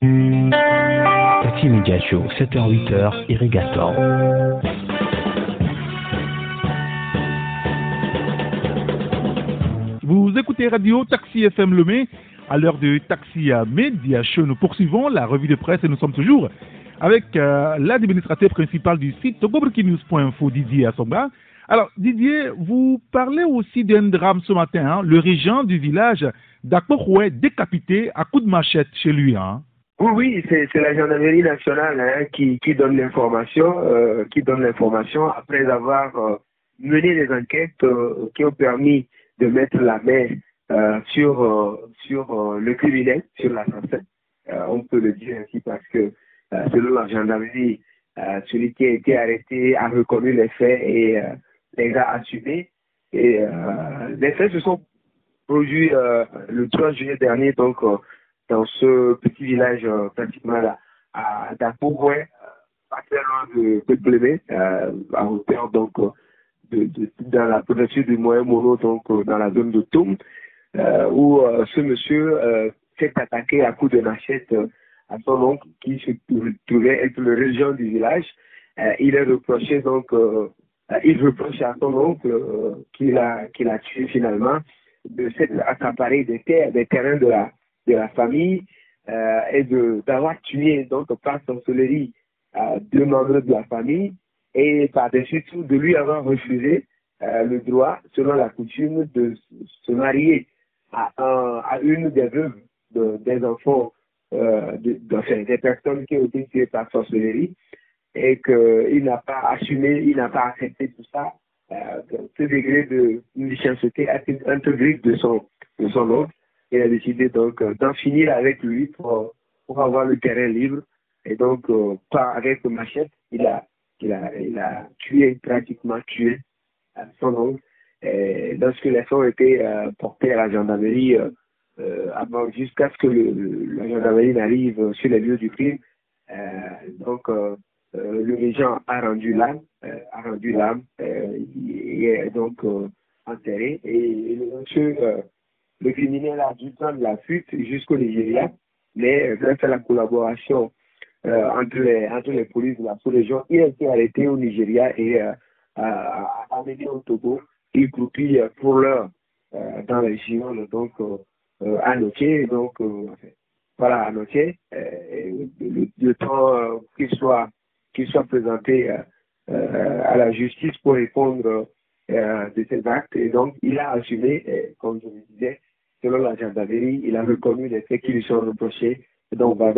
Taxi Média Show, 7h-8h, Irrigator. Vous écoutez Radio Taxi FM Lemay. À l'heure de Taxi Média Show, nous poursuivons la revue de presse et nous sommes toujours avec l'administrateur principal du site togoburkinews.info, Didier Assongba. Alors, Didier, vous parlez aussi d'un drame ce matin, hein, le régent du village d'Akpokoué décapité à coups de machette chez lui. Hein. Oui, c'est la gendarmerie nationale qui donne l'information, après avoir mené des enquêtes qui ont permis de mettre la main sur le criminel, sur l'assassin. On peut le dire ainsi parce que selon la gendarmerie, celui qui a été arrêté a reconnu les faits et les a assumés. Et les faits se sont produits le 3 juillet dernier, donc dans ce petit village pratiquement là, à Dakogoué, pas très loin de Plémé, à hauteur donc dans la préfecture du Moyen Mono, donc dans la zone de Toum, où ce monsieur s'est attaqué à coups de machette à son oncle qui se trouvait être le régent du village. Il reproche à son oncle qu'il a tué finalement, de s'être accaparé des terrains de la famille et d'avoir tué donc par sorcellerie deux membres de la famille et par-dessus tout de lui avoir refusé le droit, selon la coutume, de se marier à une des veuves des enfants, des personnes qui ont été tuées par sorcellerie, et qu'il n'a pas assumé, il n'a pas accepté tout ça, ce degré de méchanceté intégré de son oncle. Il a décidé donc d'en finir avec lui pour avoir le terrain libre, et donc avec machette, il a pratiquement tué son oncle. Et lorsque les faits ont été portés à la gendarmerie, jusqu'à ce que la gendarmerie n'arrive sur les lieux du crime, le régent a rendu l'âme, il est donc enterré, et le criminel a dû prendre la fuite jusqu'au Nigeria, mais grâce à la collaboration entre les polices de la sous-région, il a été arrêté au Nigeria et amené au Togo. Il croupit pour l'heure dans les région, donc à Notier, donc voilà, à Notier, le temps qu'il soit présenté à la justice pour répondre de ses actes. Et donc, il a assumé, comme je le disais, selon la gendarmerie, il a reconnu les faits qui lui sont reprochés, et donc va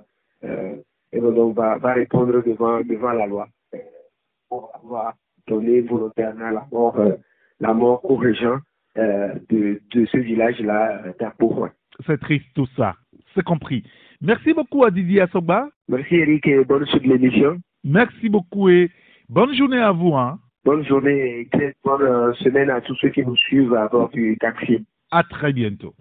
répondre devant la loi pour avoir donné volontairement la mort au régent de ce village-là d'Akpokoué. C'est triste tout ça, c'est compris. Merci beaucoup à Didier Assongba. Merci Eric et bonne suite de l'émission. Merci beaucoup et bonne journée à vous. Hein. Bonne journée et très bonne semaine à tous ceux qui nous suivent à bord du taxi. À très bientôt.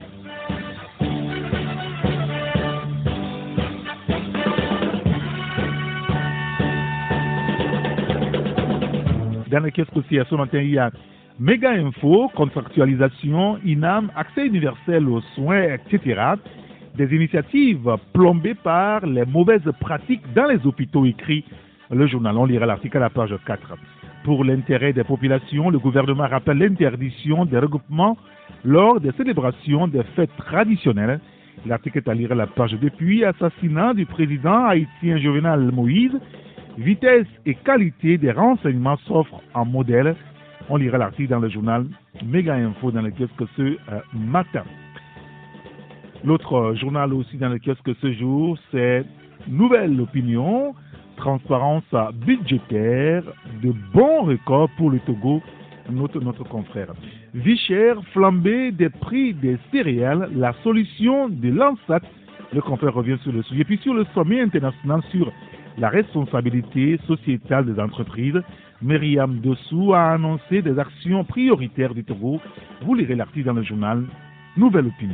Dans le kiosque aussi, ce matin, il y a Méga Info, contractualisation, INAM, accès universel aux soins, etc. Des initiatives plombées par les mauvaises pratiques dans les hôpitaux, écrit le journal. On lira l'article à la page 4. Pour l'intérêt des populations, le gouvernement rappelle l'interdiction des regroupements lors des célébrations des fêtes traditionnelles. L'article est à lire à la page 2. Puis, assassinat du président haïtien Jovenel Moïse. Vitesse et qualité des renseignements s'offrent en modèle. On lira l'article dans le journal Méga Info dans le kiosque ce matin. L'autre journal aussi dans le kiosque ce jour, c'est Nouvelle Opinion, transparence budgétaire, de bons records pour le Togo, notre confrère. Vie chère, flambée des prix des céréales, la solution de l'ANSAT. Le confrère revient sur le sujet. Puis sur le sommet international sur la responsabilité sociétale des entreprises, Myriam Dossou a annoncé des actions prioritaires du Togo. Vous lirez l'article dans le journal Nouvelle Opinion.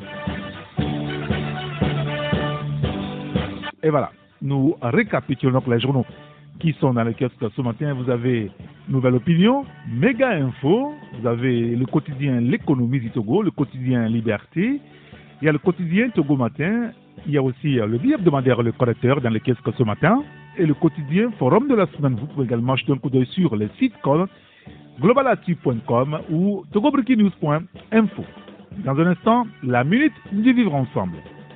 Et voilà, nous récapitulons les journaux qui sont dans le kiosque ce matin. Vous avez Nouvelle Opinion, Méga Info, vous avez le quotidien L'économie du Togo, le quotidien Liberté, il y a le quotidien Togo Matin, Il y a aussi le billet hebdomadaire Le Correcteur dans les kiosques ce matin et le quotidien Forum de la semaine. Vous pouvez également jeter un coup d'œil sur les sites comme globalactu.com ou togobrikinews.info. Dans un instant, la minute du vivre ensemble.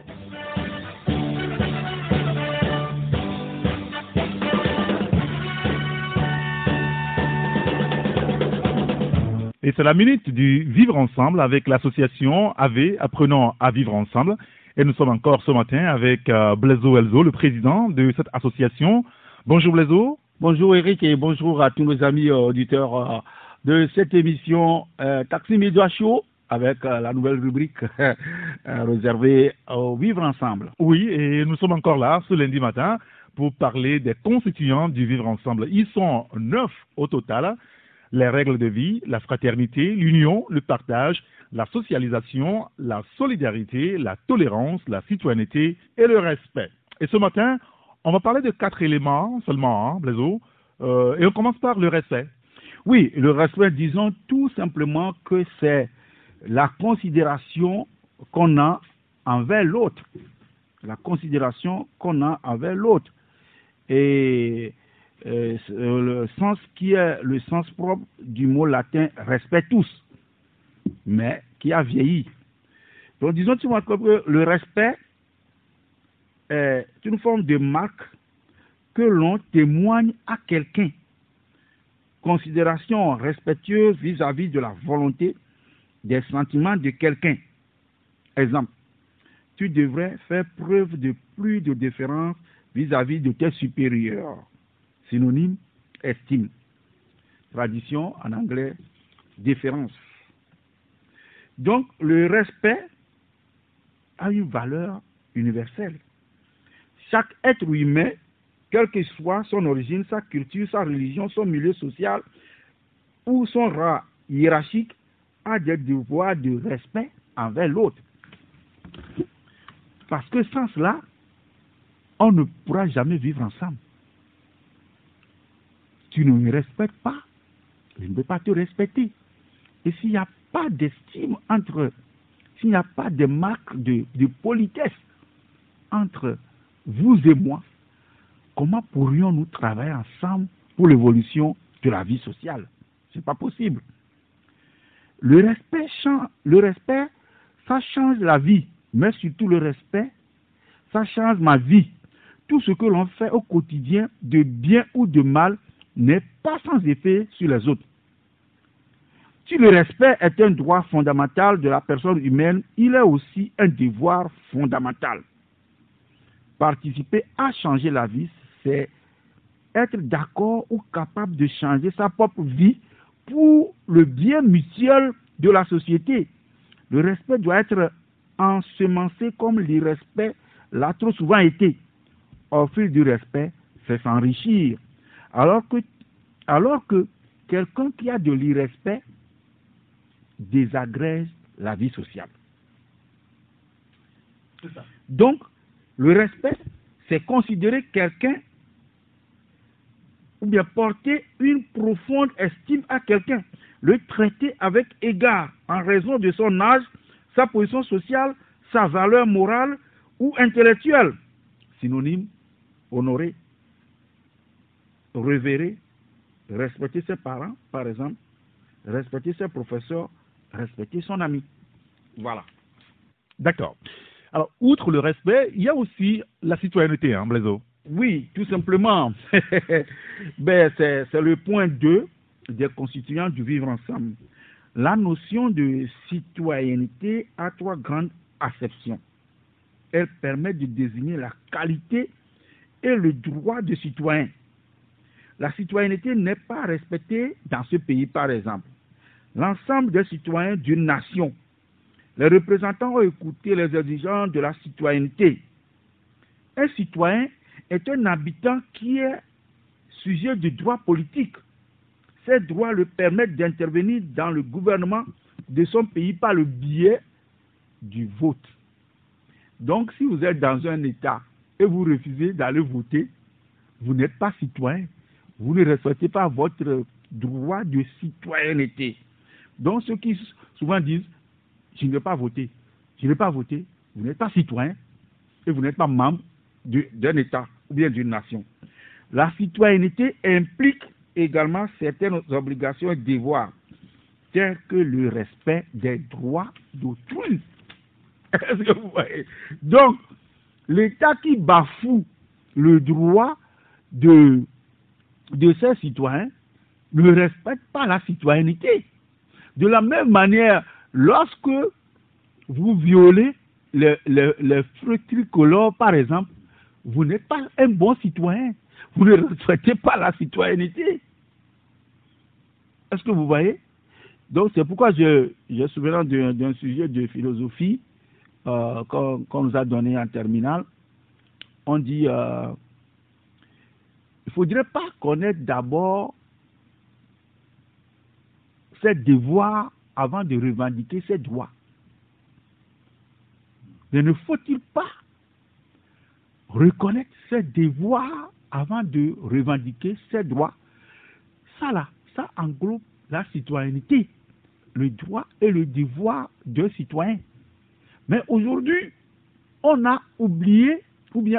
Et c'est la minute du vivre ensemble avec l'association AV, Apprenons à vivre ensemble. Et nous sommes encore ce matin avec Blaiseau Elzo, le président de cette association. Bonjour Blaiseau. Bonjour Eric et bonjour à tous nos amis auditeurs de cette émission Taxi Media Show avec la nouvelle rubrique réservée au Vivre Ensemble. Oui, et nous sommes encore là ce lundi matin pour parler des constituants du Vivre Ensemble. Ils sont 9 au total. Les règles de vie, la fraternité, l'union, le partage, la socialisation, la solidarité, la tolérance, la citoyenneté et le respect. Et ce matin, on va parler de 4 éléments seulement, hein, Blaiseau, et on commence par le respect. Oui, le respect, disons tout simplement que c'est la considération qu'on a envers l'autre. La considération qu'on a envers l'autre. Et le sens qui est le sens propre du mot latin respect tous, mais qui a vieilli. Donc disons tu vois que le respect est une forme de marque que l'on témoigne à quelqu'un. Considération respectueuse vis-à-vis de la volonté, des sentiments de quelqu'un. Exemple, tu devrais faire preuve de plus de déférence vis-à-vis de tes supérieurs. Synonyme, estime. Tradition, en anglais, déférence. Donc, le respect a une valeur universelle. Chaque être humain, quelle que soit son origine, sa culture, sa religion, son milieu social ou son rang hiérarchique, a des devoirs de respect envers l'autre. Parce que sans cela, on ne pourra jamais vivre ensemble. Tu ne me respectes pas, je ne peux pas te respecter. Et s'il n'y a pas d'estime entre, s'il n'y a pas de marque de politesse entre vous et moi, comment pourrions-nous travailler ensemble pour l'évolution de la vie sociale? Ce n'est pas possible. Le respect, ça change la vie, mais surtout le respect, ça change ma vie. Tout ce que l'on fait au quotidien, de bien ou de mal, n'est pas sans effet sur les autres. Si le respect est un droit fondamental de la personne humaine, il est aussi un devoir fondamental. Participer à changer la vie, c'est être d'accord ou capable de changer sa propre vie pour le bien mutuel de la société. Le respect doit être ensemencé comme l'irrespect l'a trop souvent été. Offrir du respect, c'est s'enrichir. Alors que quelqu'un qui a de l'irrespect désagrège la vie sociale. Donc, le respect, c'est considérer quelqu'un ou bien porter une profonde estime à quelqu'un, le traiter avec égard en raison de son âge, sa position sociale, sa valeur morale ou intellectuelle. Synonyme, honorer, révérer, respecter ses parents, par exemple, respecter ses professeurs, respecter son ami. Voilà. D'accord. Alors, outre le respect, il y a aussi la citoyenneté, hein, Blaiseau. Oui, tout simplement. C'est le point 2 des constituants du vivre ensemble. La notion de citoyenneté a 3 grandes acceptions. Elle permet de désigner la qualité et le droit de citoyen. La citoyenneté n'est pas respectée dans ce pays, par exemple. L'ensemble des citoyens d'une nation. Les représentants ont écouté les exigences de la citoyenneté. Un citoyen est un habitant qui est sujet de droits politiques. Ces droits le permettent d'intervenir dans le gouvernement de son pays par le biais du vote. Donc, si vous êtes dans un État et vous refusez d'aller voter, vous n'êtes pas citoyen. Vous ne respectez pas votre droit de citoyenneté. Donc, ceux qui souvent disent, je ne vais pas voter, vous n'êtes pas citoyen, et vous n'êtes pas membre d'un État ou bien d'une nation. La citoyenneté implique également certaines obligations et devoirs, tels que le respect des droits d'autrui. Est-ce que vous voyez? Donc, l'État qui bafoue le droit de ses citoyens ne respecte pas la citoyenneté. De la même manière, lorsque vous violez les feux tricolores, par exemple, vous n'êtes pas un bon citoyen. Vous ne respectez pas la citoyenneté. Est-ce que vous voyez? Donc, c'est pourquoi je souviens d'un sujet de philosophie qu'on nous a donné en terminale. On dit, il ne faudrait pas connaître d'abord ses devoirs avant de revendiquer ses droits. Mais ne faut-il pas reconnaître ses devoirs avant de revendiquer ses droits? Ça là, ça englobe la citoyenneté, le droit et le devoir d'un citoyen. Mais aujourd'hui, on a oublié, ou bien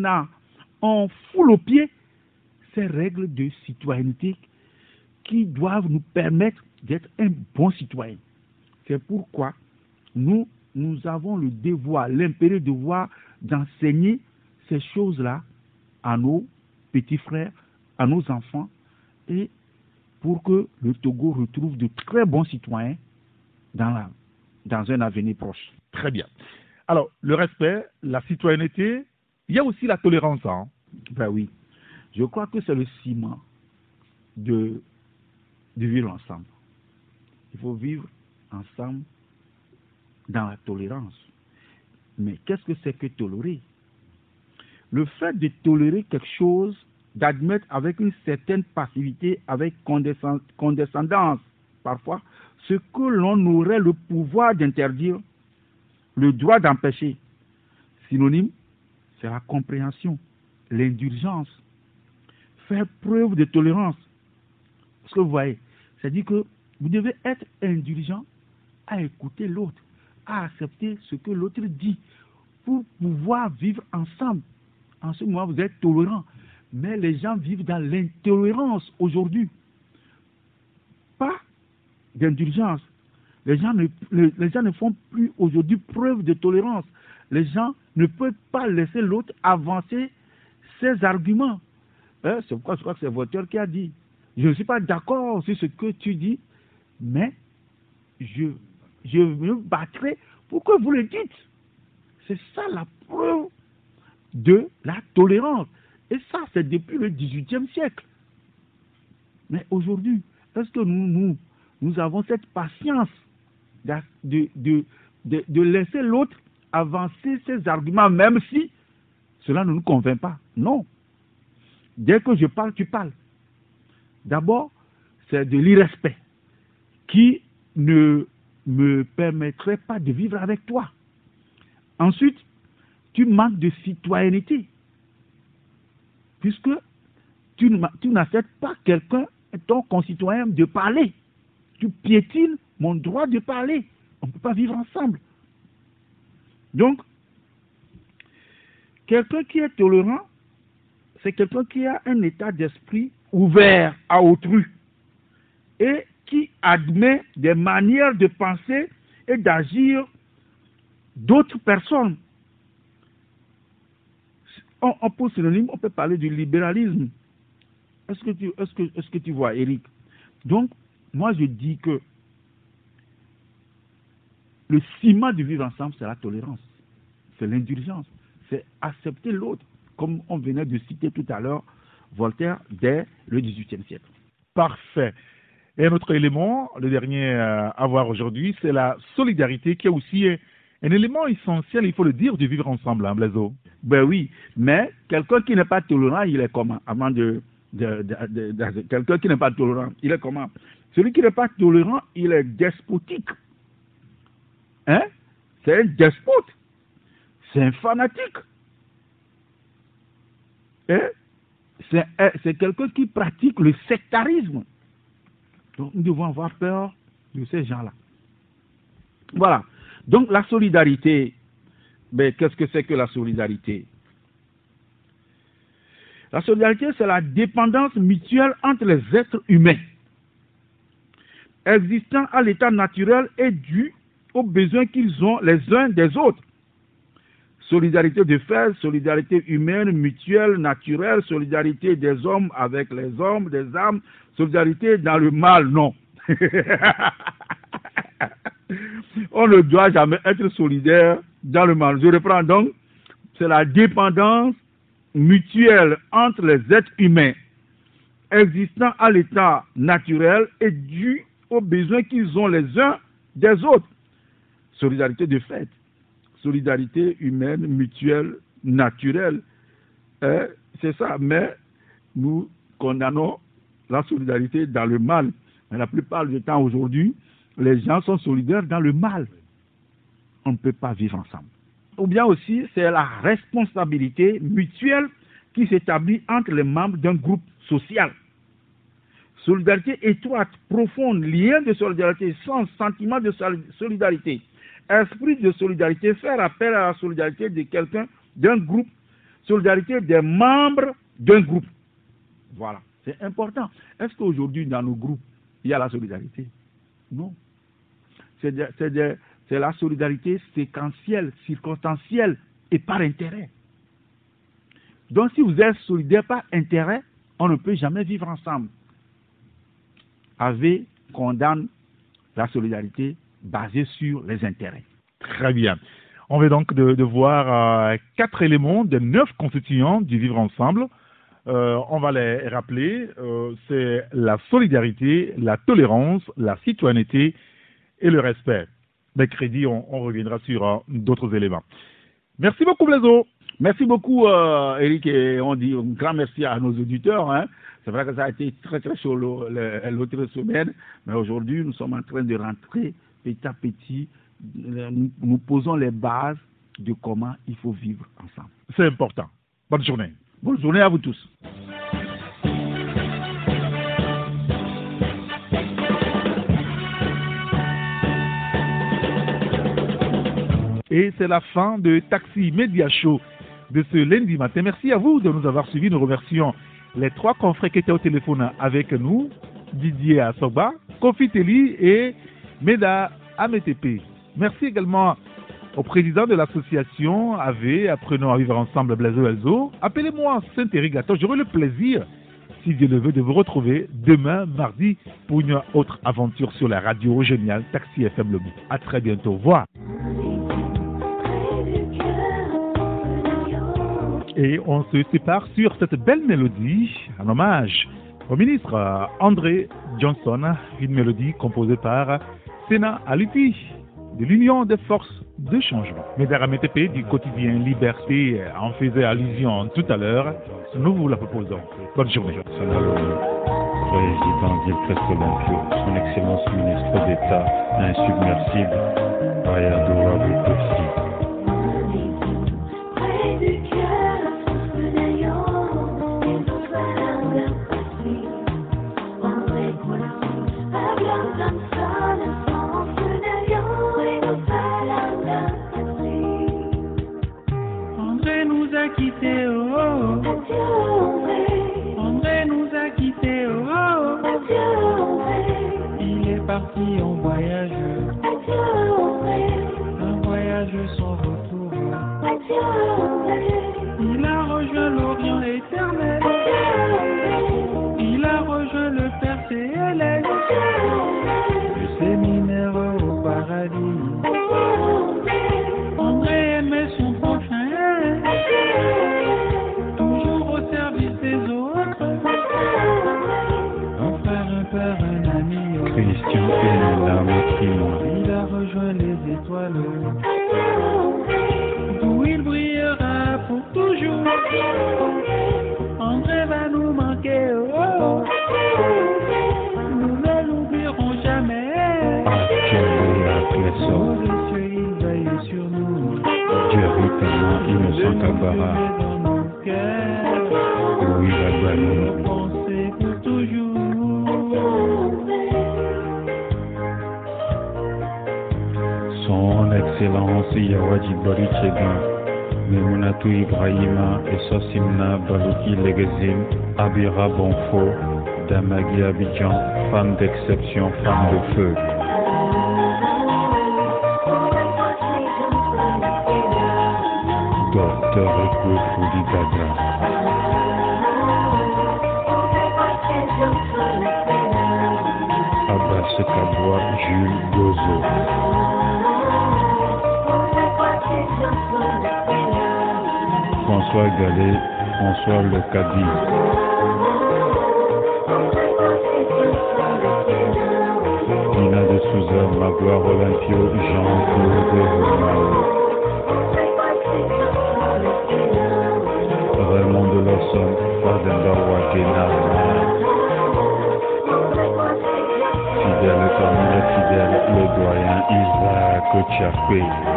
on foule aux pieds ces règles de citoyenneté qui doivent nous permettre d'être un bon citoyen. C'est pourquoi nous avons le devoir, l'impérieux devoir d'enseigner ces choses-là à nos petits frères, à nos enfants, et pour que le Togo retrouve de très bons citoyens dans un avenir proche. Très bien. Alors, le respect, la citoyenneté, il y a aussi la tolérance. Hein? Ben oui. Je crois que c'est le ciment de vivre ensemble. Il faut vivre ensemble dans la tolérance. Mais qu'est-ce que c'est que tolérer? Le fait de tolérer quelque chose, d'admettre avec une certaine passivité, avec condescendance, parfois, ce que l'on aurait le pouvoir d'interdire, le droit d'empêcher. Synonyme, c'est la compréhension, l'indulgence. Faire preuve de tolérance. Parce que vous voyez, c'est-à-dire que vous devez être indulgent à écouter l'autre, à accepter ce que l'autre dit, pour pouvoir vivre ensemble. En ce moment, vous êtes tolérant. Mais les gens vivent dans l'intolérance aujourd'hui. Pas d'indulgence. Les gens ne font plus aujourd'hui preuve de tolérance. Les gens ne peuvent pas laisser l'autre avancer ses arguments. C'est pourquoi je crois que c'est Voltaire qui a dit: je ne suis pas d'accord sur ce que tu dis, mais je me battrai pour que vous le dites. C'est ça la preuve de la tolérance. Et ça, c'est depuis le XVIIIe siècle. Mais aujourd'hui, est-ce que nous avons cette patience de laisser l'autre avancer ses arguments, même si cela ne nous convainc pas? Non. Dès que je parle, tu parles. D'abord, c'est de l'irrespect qui ne me permettrait pas de vivre avec toi. Ensuite, tu manques de citoyenneté, puisque tu n'acceptes pas quelqu'un, ton concitoyen, de parler. Tu piétines mon droit de parler. On ne peut pas vivre ensemble. Donc, quelqu'un qui est tolérant, c'est quelqu'un qui a un état d'esprit ouvert à autrui et qui admet des manières de penser et d'agir d'autres personnes. On peut synonyme, on peut parler du libéralisme. Est-ce que tu vois, Eric? Donc, moi je dis que le ciment du vivre ensemble, c'est la tolérance, c'est l'indulgence, c'est accepter l'autre, comme on venait de citer tout à l'heure Voltaire dès le XVIIIe siècle. Parfait. Et un autre élément, le dernier à voir aujourd'hui, c'est la solidarité, qui est aussi un élément essentiel, il faut le dire, du vivre ensemble, hein, Blaiseau. Ben oui, mais quelqu'un qui n'est pas tolérant, il est comment? Quelqu'un qui n'est pas tolérant, il est comment? Celui qui n'est pas tolérant, il est despotique. Hein? C'est un despote. C'est un fanatique. Hein? C'est quelqu'un qui pratique le sectarisme. Donc nous devons avoir peur de ces gens-là. Voilà. Donc la solidarité Mais qu'est-ce que c'est que la solidarité? La solidarité, c'est la dépendance mutuelle entre les êtres humains, existant à l'état naturel et due aux besoins qu'ils ont les uns des autres. Solidarité de fait, solidarité humaine, mutuelle, naturelle, solidarité des hommes avec les hommes, des âmes, solidarité dans le mal, non. On ne doit jamais être solidaire dans le mal. Je reprends donc, c'est la dépendance mutuelle entre les êtres humains, existant à l'état naturel et due aux besoins qu'ils ont les uns des autres. Solidarité de fait. Solidarité humaine, mutuelle, naturelle. C'est ça, mais nous condamnons la solidarité dans le mal. Mais la plupart du temps aujourd'hui, les gens sont solidaires dans le mal. On ne peut pas vivre ensemble. Ou bien aussi, c'est la responsabilité mutuelle qui s'établit entre les membres d'un groupe social. Solidarité étroite, profonde, lien de solidarité, sans sentiment de solidarité. Esprit de solidarité, faire appel à la solidarité de quelqu'un, d'un groupe, solidarité des membres d'un groupe. Voilà, c'est important. Est-ce qu'aujourd'hui, dans nos groupes, il y a la solidarité? Non. C'est la solidarité séquentielle, circonstancielle et par intérêt. Donc, si vous êtes solidaire par intérêt, on ne peut jamais vivre ensemble. Ave condamne la solidarité basée sur les intérêts. Très bien. On va donc de voir 4 éléments des 9 constituants du vivre ensemble. On va les rappeler. C'est la solidarité, la tolérance, la citoyenneté et le respect. Mercredi, on reviendra sur d'autres éléments. Merci beaucoup, Blaiseau. Merci beaucoup, Eric, et on dit un grand merci à nos auditeurs. Hein. C'est vrai que ça a été très très chaud l'autre semaine, mais aujourd'hui, nous sommes en train de rentrer petit à petit. Nous posons les bases de comment il faut vivre ensemble. C'est important. Bonne journée. Bonne journée à vous tous. Et c'est la fin de Taxi Media Show de ce lundi matin. Merci à vous de nous avoir suivis. Nous remercions les 3 confrères qui étaient au téléphone avec nous, Didier Assoba, Kofi Teli et Meda Ametepe. Merci également au président de l'association AV, Apprenons à vivre ensemble, Blaiseau Elzo. Appelez-moi Saint-Érigateur, j'aurai le plaisir, si Dieu le veut, de vous retrouver demain, mardi, pour une autre aventure sur la radio géniale Taxi FM Lobby. À très bientôt. Au revoir. Et on se sépare sur cette belle mélodie, en hommage au ministre André Johnson, une mélodie composée par Sena Alipi, de l'Union des forces de changement. Médara Metepe du quotidien Liberté en faisait allusion tout à l'heure. Nous vous la proposons. Bonne journée. Président Gilles Olympio, son Excellence ministre d'État insubmersible, Ayadora Boutossi. André nous a quittés, il est parti en voyage, un voyage sans retour. Il a rejoint l'Orient éternel, il a rejoint le Père céleste, le séminaire au paradis. André aimait son prochain, toujours au service des autres, un frère, un père, un ami. Christian Il a rejoint les étoiles, d'où il brillera pour toujours. André va nous manquer, nous ne l'oublierons jamais. Aux cieux, il veille sur nous. Directement innocent Kabara. Dans nos cœurs, Oui, la nos pensées pour toujours. Son Excellence Yawadji Borichegan, Memunatou Ibrahima et Sosimna Balouki Legezim, Abira Bonfo, Damagui Abidjan, femme d'exception, femme de feu. Docteur Ekou Foudi Gaga. Abbas Kabwa Jules Gozo. François Gallet, François Le Cadi. Nina de Souza, Magloire Olympio, Jean-Claude Romano. Raymond de Lawson, Fadenda Wakena. Fidèle parmi les fidèles, le doyen Isaac Tchapé.